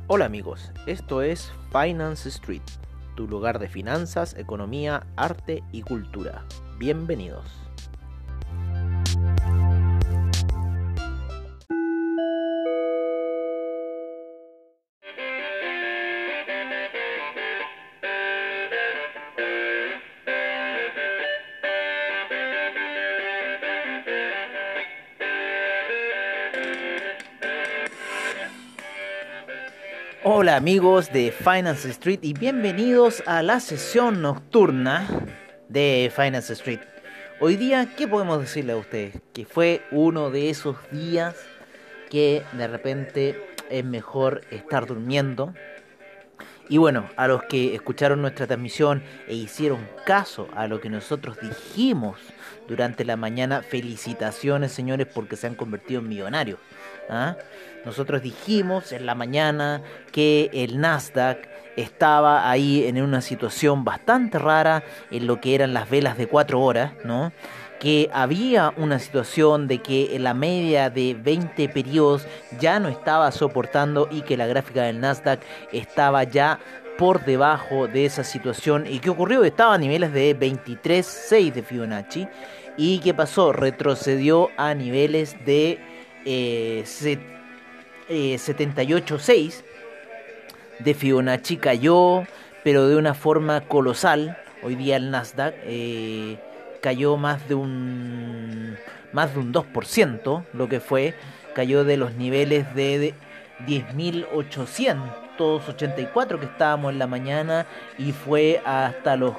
Hola amigos, esto es Finance Street, tu lugar de finanzas, economía, arte y cultura. Bienvenidos. Hola amigos de Finance Street y bienvenidos a la sesión nocturna de Finance Street. Hoy día, ¿qué podemos decirle a ustedes? Que fue uno de esos días que de repente es mejor estar durmiendo. Y bueno, a los que escucharon nuestra transmisión e hicieron caso a lo que nosotros dijimos durante la mañana, felicitaciones señores porque se han convertido en millonarios. ¿Ah? Nosotros dijimos en la mañana que el Nasdaq estaba ahí en una situación bastante rara en lo que eran las velas de 4 horas, ¿no? Que había una situación de que la media de 20 periodos ya no estaba soportando y que la gráfica del Nasdaq estaba ya por debajo de esa situación. ¿Y qué ocurrió? Estaba a niveles de 23.6 de Fibonacci. ¿Y qué pasó? Retrocedió a niveles de 78.6 de Fibonacci. Cayó, pero de una forma colosal. Hoy día el Nasdaq cayó más de un 2%, lo que fue, cayó de los niveles de 10.884 que estábamos en la mañana y fue hasta los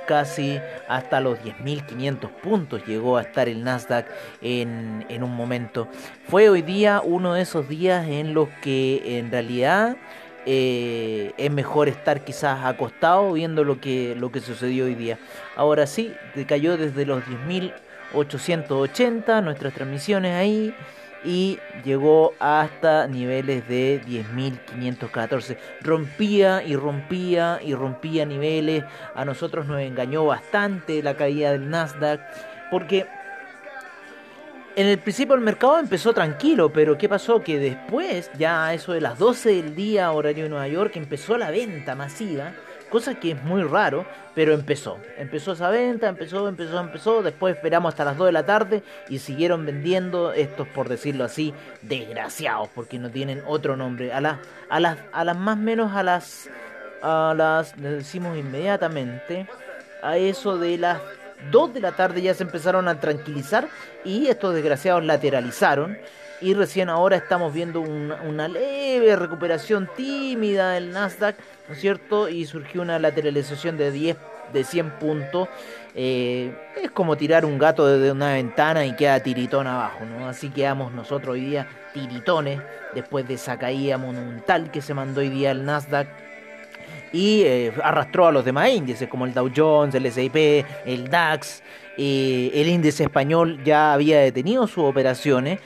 10.500 puntos llegó a estar el Nasdaq en un momento. Fue hoy día uno de esos días en los que en realidad es mejor estar quizás acostado viendo lo que sucedió hoy día. Ahora sí, cayó desde los 10.880 nuestras transmisiones ahí y llegó hasta niveles de 10.514. Rompía y rompía y rompía niveles. A nosotros nos engañó bastante la caída del Nasdaq porque en el principio el mercado empezó tranquilo, pero ¿qué pasó? Que después, ya a eso de las 12 del día, horario de Nueva York, empezó la venta masiva, cosa que es muy raro, pero empezó. Empezó esa venta, empezó, después esperamos hasta las 2 de la tarde y siguieron vendiendo estos, por decirlo así, desgraciados, porque no tienen otro nombre. A las más o menos le decimos inmediatamente, a eso de las 2 de la tarde ya se empezaron a tranquilizar y estos desgraciados lateralizaron y recién ahora estamos viendo una leve recuperación tímida del Nasdaq, ¿no es cierto? Y surgió una lateralización de 100 puntos. Es como tirar un gato desde una ventana y queda tiritón abajo, ¿no? Así quedamos nosotros hoy día tiritones después de esa caída monumental que se mandó hoy día el Nasdaq y arrastró a los demás índices como el Dow Jones, el S&P, el DAX. El índice español ya había detenido sus operaciones,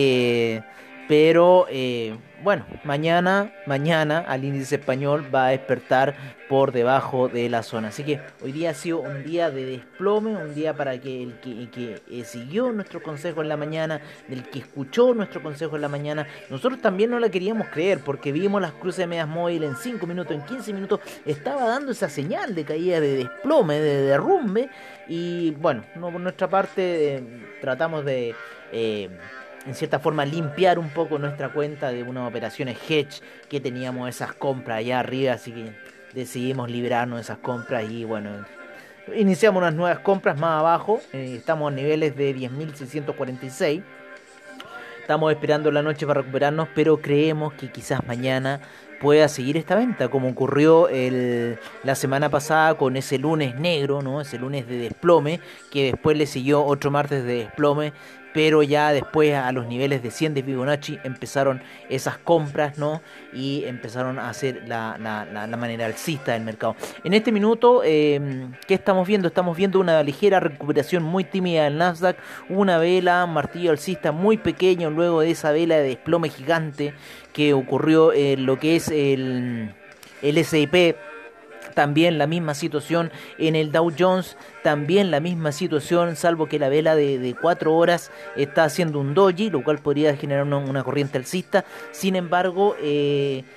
pero bueno, mañana al índice español va a despertar por debajo de la zona. Así que hoy día ha sido un día de desplome, un día para que el que siguió nuestro consejo en la mañana, del que escuchó nuestro consejo en la mañana, nosotros también no la queríamos creer porque vimos las cruces de medias móviles en 5 minutos, en 15 minutos, estaba dando esa señal de caída, de desplome, de derrumbe. Y bueno, no, por nuestra parte tratamos de en cierta forma limpiar un poco nuestra cuenta de unas operaciones hedge que teníamos esas compras allá arriba, así que decidimos librarnos de esas compras y bueno, iniciamos unas nuevas compras más abajo. Estamos a niveles de 10.646. Estamos esperando la noche para recuperarnos, pero creemos que quizás mañana pueda seguir esta venta, como ocurrió la semana pasada con ese lunes negro, ¿no? Ese lunes de desplome, que después le siguió otro martes de desplome, pero ya después a los niveles de 100 de Fibonacci empezaron esas compras, ¿no? Y empezaron a hacer la manera alcista del mercado. En este minuto, ¿qué estamos viendo? Estamos viendo una ligera recuperación muy tímida del Nasdaq, una vela, martillo alcista muy pequeño luego de esa vela de desplome gigante que ocurrió en lo que es el S&P. También la misma situación en el Dow Jones, también la misma situación, salvo que la vela de 4 horas está haciendo un doji, lo cual podría generar una corriente alcista. Sin embargo,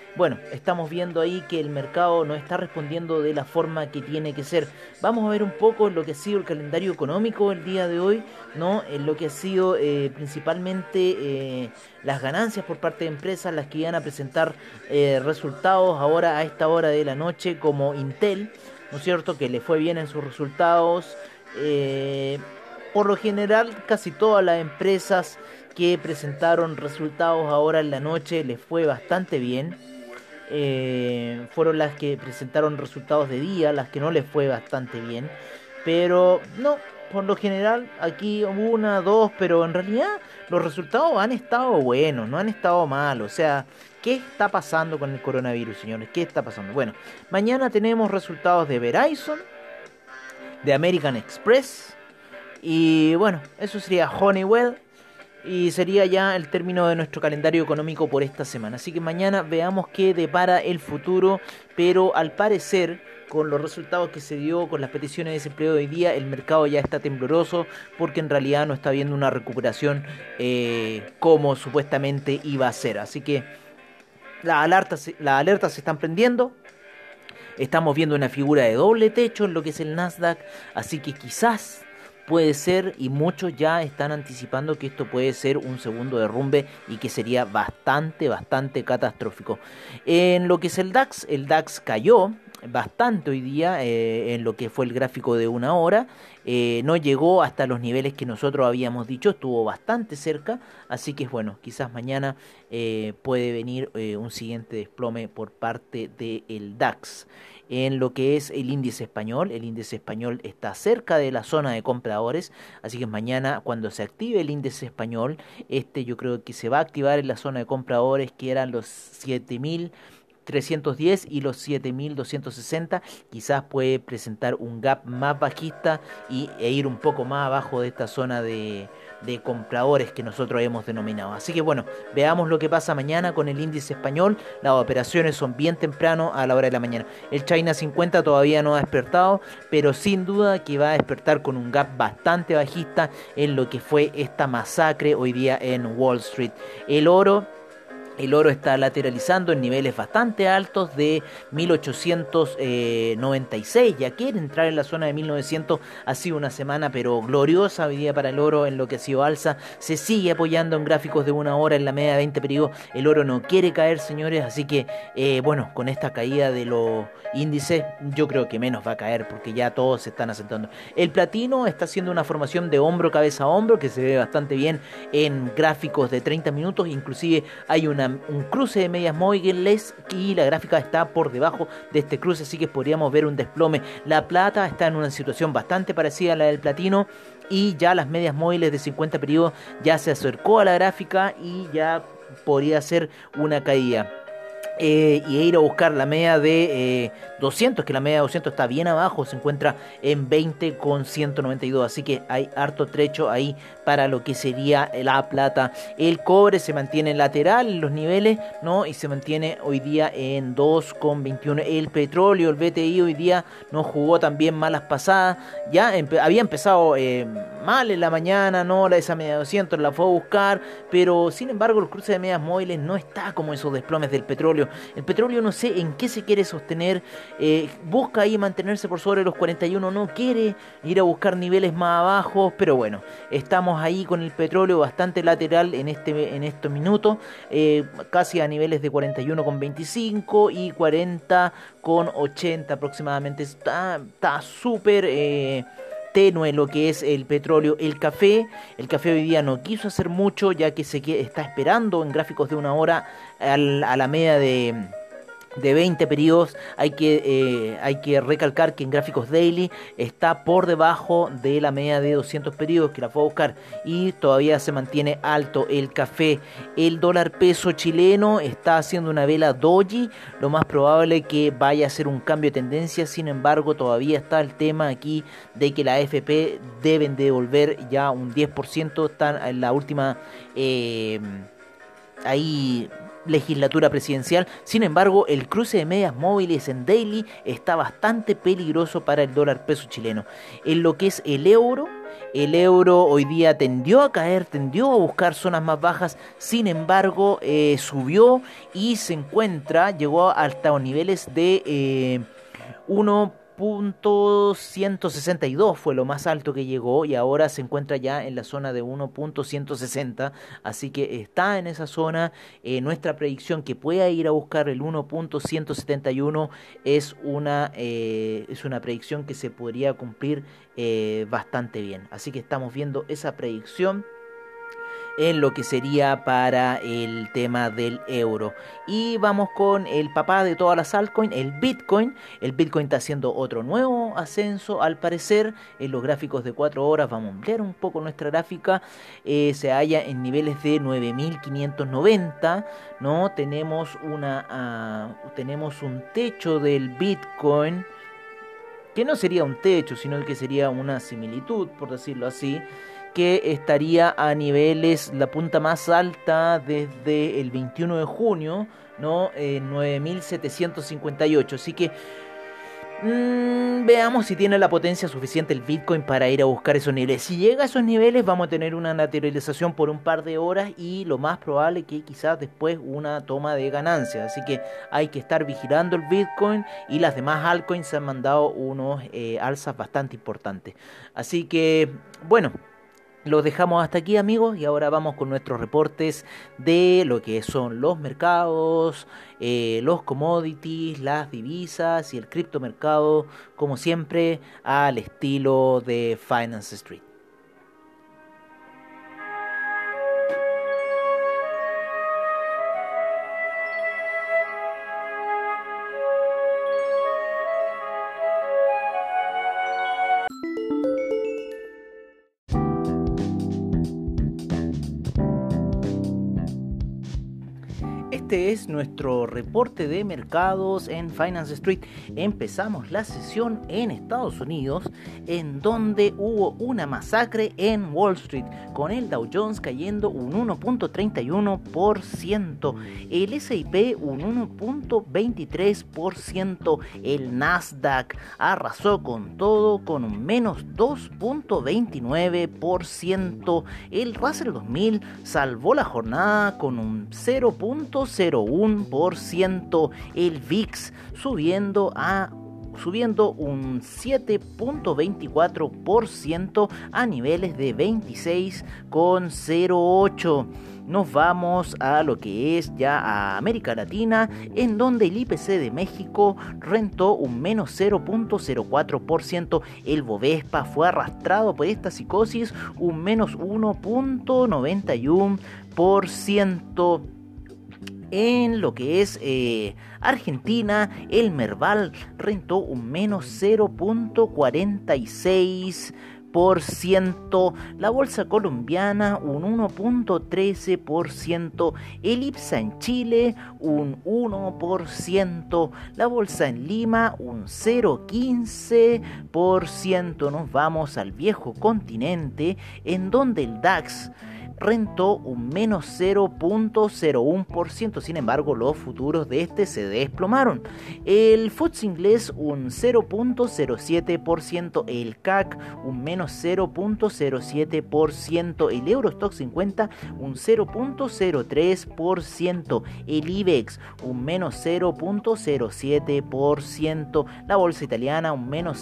bueno, estamos viendo ahí que el mercado no está respondiendo de la forma que tiene que ser. Vamos a ver un poco lo que ha sido el calendario económico el día de hoy, ¿no? En lo que ha sido principalmente las ganancias por parte de empresas, las que iban a presentar resultados ahora a esta hora de la noche, como Intel, ¿no es cierto? Que le fue bien en sus resultados. Eh, por lo general, casi todas las empresas que presentaron resultados ahora en la noche les fue bastante bien. Fueron las que presentaron resultados de día, las que no les fue bastante bien. Pero no, por lo general aquí una, dos, pero en realidad los resultados han estado buenos, no han estado malos. O sea, ¿qué está pasando con el coronavirus, señores? ¿Qué está pasando? Bueno, mañana tenemos resultados de Verizon, de American Express y bueno, eso sería Honeywell. Y sería ya el término de nuestro calendario económico por esta semana. Así que mañana veamos qué depara el futuro. Pero al parecer, con los resultados que se dio con las peticiones de desempleo de hoy día, el mercado ya está tembloroso porque en realidad no está viendo una recuperación como supuestamente iba a ser. Así que las alertas se están prendiendo. Estamos viendo una figura de doble techo en lo que es el Nasdaq. Así que quizás puede ser, y muchos ya están anticipando que esto puede ser un segundo derrumbe y que sería bastante catastrófico. En lo que es el DAX cayó bastante hoy día en lo que fue el gráfico de una hora. No llegó hasta los niveles que nosotros habíamos dicho, estuvo bastante cerca, así que bueno, quizás mañana puede venir un siguiente desplome por parte del DAX. En lo que es el índice español está cerca de la zona de compradores, así que mañana cuando se active el índice español, yo creo que se va a activar en la zona de compradores, que eran los 7.310 y los 7.260. Quizás puede presentar un gap más bajista e ir un poco más abajo de esta zona de compradores que nosotros hemos denominado. Así que bueno, veamos lo que pasa mañana con el índice español. Las operaciones son bien temprano a la hora de la mañana. El China 50 todavía no ha despertado, pero sin duda que va a despertar con un gap bastante bajista en lo que fue esta masacre hoy día en Wall Street. El oro está lateralizando en niveles bastante altos de 1896. Ya quiere entrar en la zona de 1900. Ha sido una semana pero gloriosa hoy día para el oro en lo que ha sido alza. Se sigue apoyando en gráficos de una hora en la media de 20 periodos. El oro no quiere caer, señores. Así que, bueno, con esta caída de los índices, yo creo que menos va a caer porque ya todos se están asentando. El platino está haciendo una formación de hombro, cabeza a hombro que se ve bastante bien en gráficos de 30 minutos. Inclusive hay un cruce de medias móviles y la gráfica está por debajo de este cruce, así que podríamos ver un desplome. La plata está en una situación bastante parecida a la del platino y ya las medias móviles de 50 periodos ya se acercó a la gráfica y ya podría ser una caída. Y ir a buscar la media de 200, que la media de 200 está bien abajo, se encuentra en 20,192, así que hay harto trecho ahí para lo que sería la plata. El cobre se mantiene lateral en los niveles, ¿no? Y se mantiene hoy día en 2,21. El petróleo, el BTI hoy día no jugó tan bien malas pasadas, ya había empezado mal en la mañana, ¿no? Esa media de 200 la fue a buscar, pero sin embargo el cruce de medias móviles no está como esos desplomes del petróleo. El petróleo no sé en qué se quiere sostener, busca ahí mantenerse por sobre los 41, no quiere ir a buscar niveles más abajo, pero bueno, estamos ahí con el petróleo bastante lateral en estos minutos, casi a niveles de 41,25 y 40,80 aproximadamente. Está súper tenue lo que es el petróleo. El café hoy día no quiso hacer mucho, ya que está esperando en gráficos de una hora a la media de 20 periodos. Hay que recalcar que en gráficos daily está por debajo de la media de 200 periodos, que la fue a buscar, y todavía se mantiene alto el café. El dólar peso chileno está haciendo una vela doji, lo más probable que vaya a hacer un cambio de tendencia. Sin embargo, todavía está el tema aquí de que la AFP deben devolver ya un 10%, están en la última ahí legislatura presidencial. Sin embargo, el cruce de medias móviles en daily está bastante peligroso para el dólar peso chileno. En lo que es el euro hoy día tendió a caer, tendió a buscar zonas más bajas. Sin embargo, subió y llegó hasta niveles de 1.162 fue lo más alto que llegó, y ahora se encuentra ya en la zona de 1.160, así que está en esa zona. Nuestra predicción que pueda ir a buscar el 1.171 es una predicción que se podría cumplir bastante bien, así que estamos viendo esa predicción en lo que sería para el tema del euro. Y vamos con el papá de todas las altcoins, el Bitcoin. El Bitcoin está haciendo otro nuevo ascenso al parecer. En los gráficos de 4 horas, vamos a ampliar un poco nuestra gráfica, se halla en niveles de 9.590, ¿no? Tenemos un techo del Bitcoin, que no sería un techo, sino que sería una similitud, por decirlo así, que estaría a niveles, la punta más alta desde el 21 de junio, ¿no? 9.758. Así que veamos si tiene la potencia suficiente el Bitcoin para ir a buscar esos niveles. Si llega a esos niveles, vamos a tener una lateralización por un par de horas y lo más probable que quizás después una toma de ganancias. Así que hay que estar vigilando el Bitcoin, y las demás altcoins se han mandado unos alzas bastante importantes. Así que, bueno, los dejamos hasta aquí, amigos, y ahora vamos con nuestros reportes de lo que son los mercados, los commodities, las divisas y el criptomercado, como siempre, al estilo de Finance Street. Este es nuestro reporte de mercados en Finance Street. Empezamos la sesión en Estados Unidos, en donde hubo una masacre en Wall Street, con el Dow Jones cayendo un 1.31%, el S&P un 1.23%, el Nasdaq arrasó con todo con un menos 2.29%, el Russell 2000 salvó la jornada con un 0.01%, el VIX subiendo un 7.24% a niveles de 26.08. Nos vamos a lo que es ya a América Latina, en donde el IPC de México rentó un menos 0.04%. El Bovespa fue arrastrado por esta psicosis, un menos 1.91%. En lo que es Argentina, el Merval rentó un menos 0.46%, la bolsa colombiana un 1.13%, el IPSA en Chile un 1%, la bolsa en Lima un 0.15%. Nos vamos al viejo continente, en donde el DAX rentó un menos 0.01%, sin embargo los futuros de este se desplomaron. El FTSE inglés un 0.07%, el CAC un menos 0.07%, el Eurostoxx 50 un 0.03%, el IBEX un menos 0.07%, la bolsa italiana un menos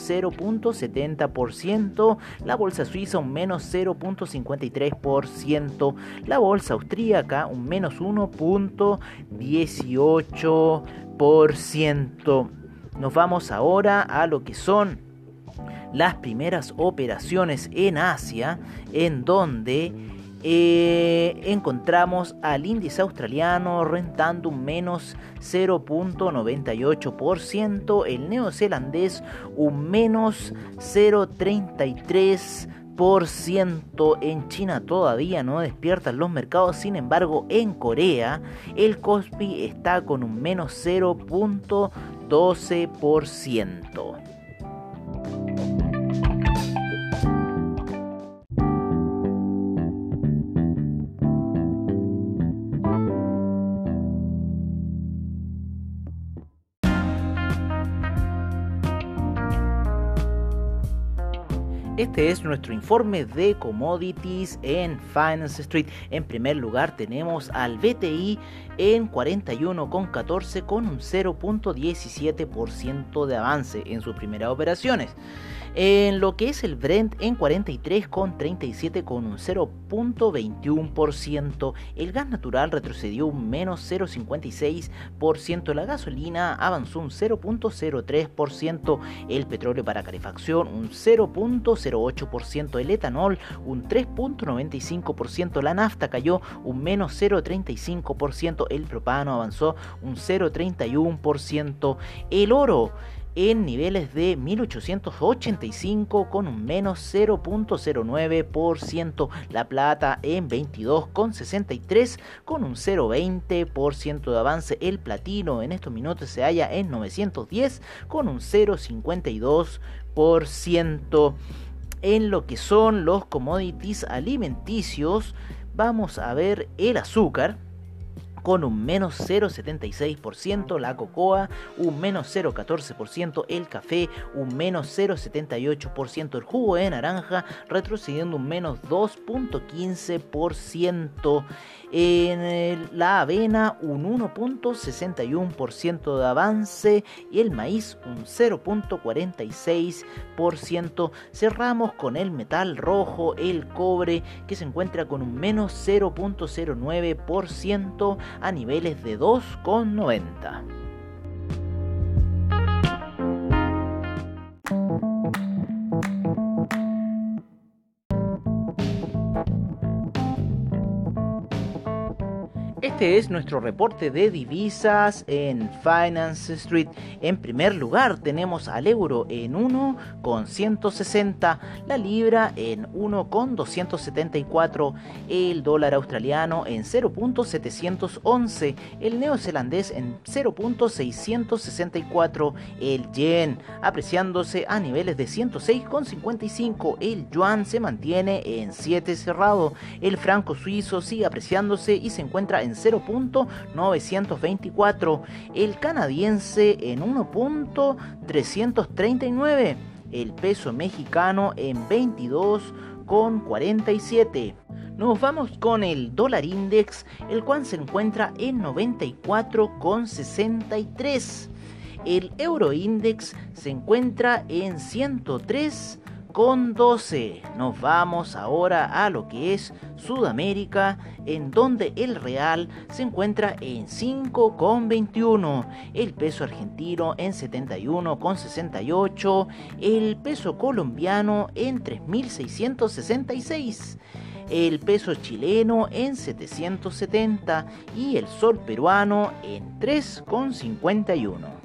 0.70%, la bolsa suiza un menos 0.53%, la bolsa austríaca un menos 1.18%. Nos vamos ahora a lo que son las primeras operaciones en Asia, en donde encontramos al índice australiano rentando un menos 0.98%, el neozelandés un menos 0.33%. En China todavía no despiertan los mercados, sin embargo en Corea el Kospi está con un menos 0.12%. Este es nuestro informe de commodities en Finance Street. En primer lugar tenemos al BTI en 41,14 con un 0.17% de avance en sus primeras operaciones. En lo que es el Brent en 43,37 con un 0.21%. El gas natural retrocedió un menos 0.56%. La gasolina avanzó un 0.03%. El petróleo para calefacción un 0.08%. El etanol un 3.95%. La nafta cayó un menos 0.35%. El propano avanzó un 0.31%. El oro en niveles de 1885 con un menos 0.09%, la plata en 22,63 con un 0.20% de avance, el platino en estos minutos se halla en 910 con un 0.52%. En lo que son los commodities alimenticios, vamos a ver el azúcar con un menos 0.76%, la cocoa un menos 0.14%, el café un menos 0.78%, el jugo de naranja retrocediendo un menos 2.15%, la avena un 1.61% de avance y el maíz un 0.46%. Cerramos con el metal rojo, el cobre, que se encuentra con un menos 0.09% a niveles de 2,90. Este es nuestro reporte de divisas en Finance Street. En primer lugar tenemos al euro en 1,160, la libra en 1,274, el dólar australiano en 0.711, el neozelandés en 0.664, el yen apreciándose a niveles de 106,55, el yuan se mantiene en 7 cerrado, el franco suizo sigue apreciándose y se encuentra en 0.924, el canadiense en 1.339, el peso mexicano en 22,47. Nos vamos con el dólar index, el cual se encuentra en 94,63. El euro index se encuentra en 103,12. Nos vamos ahora a lo que es Sudamérica, en donde el real se encuentra en 5,21, el peso argentino en 71,68, el peso colombiano en 3.666, el peso chileno en 770 y el sol peruano en 3,51.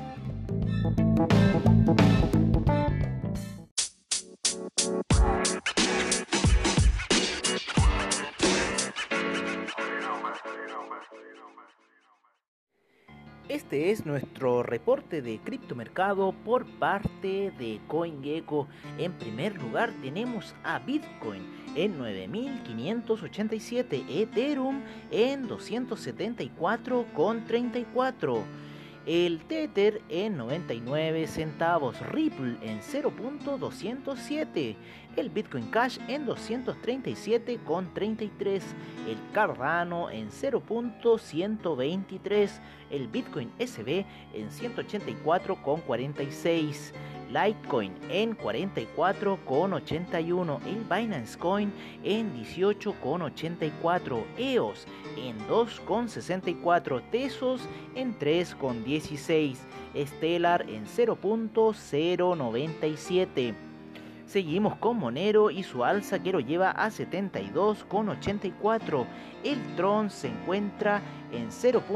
Este es nuestro reporte de criptomercado por parte de CoinGecko. En primer lugar tenemos a Bitcoin en 9.587, Ethereum en 274,34, el Tether en 99 centavos, Ripple en 0.207, el Bitcoin Cash en 237,33, el Cardano en 0.123, el Bitcoin SB en 184,46, Litecoin en 44,81, el Binance Coin en 18,84, EOS en 2,64, Tesos en 3,16, Stellar en 0.097. Seguimos con Monero y su alza que lo lleva a 72,84. El Tron se encuentra en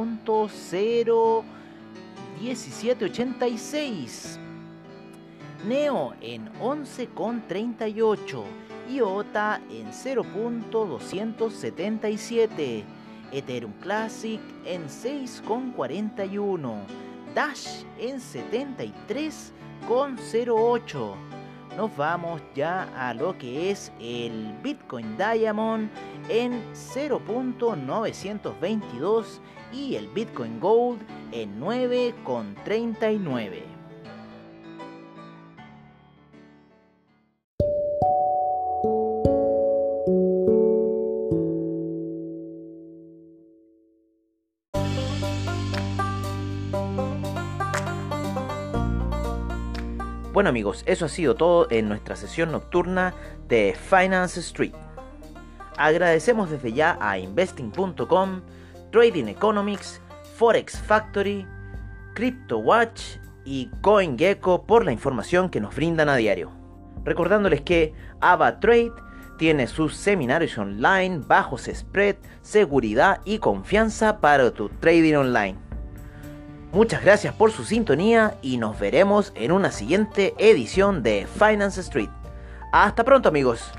0.01786. Neo en 11,38. IOTA en 0.277. Ethereum Classic en 6,41. Dash en 73,08. Nos vamos ya a lo que es el Bitcoin Diamond en 0.922 y el Bitcoin Gold en 9,39. Bueno amigos, eso ha sido todo en nuestra sesión nocturna de Finance Street. Agradecemos desde ya a Investing.com, Trading Economics, Forex Factory, CryptoWatch y CoinGecko por la información que nos brindan a diario. Recordándoles que AvaTrade tiene sus seminarios online, bajos spread, seguridad y confianza para tu trading online. Muchas gracias por su sintonía y nos veremos en una siguiente edición de Finance Street. Hasta pronto amigos.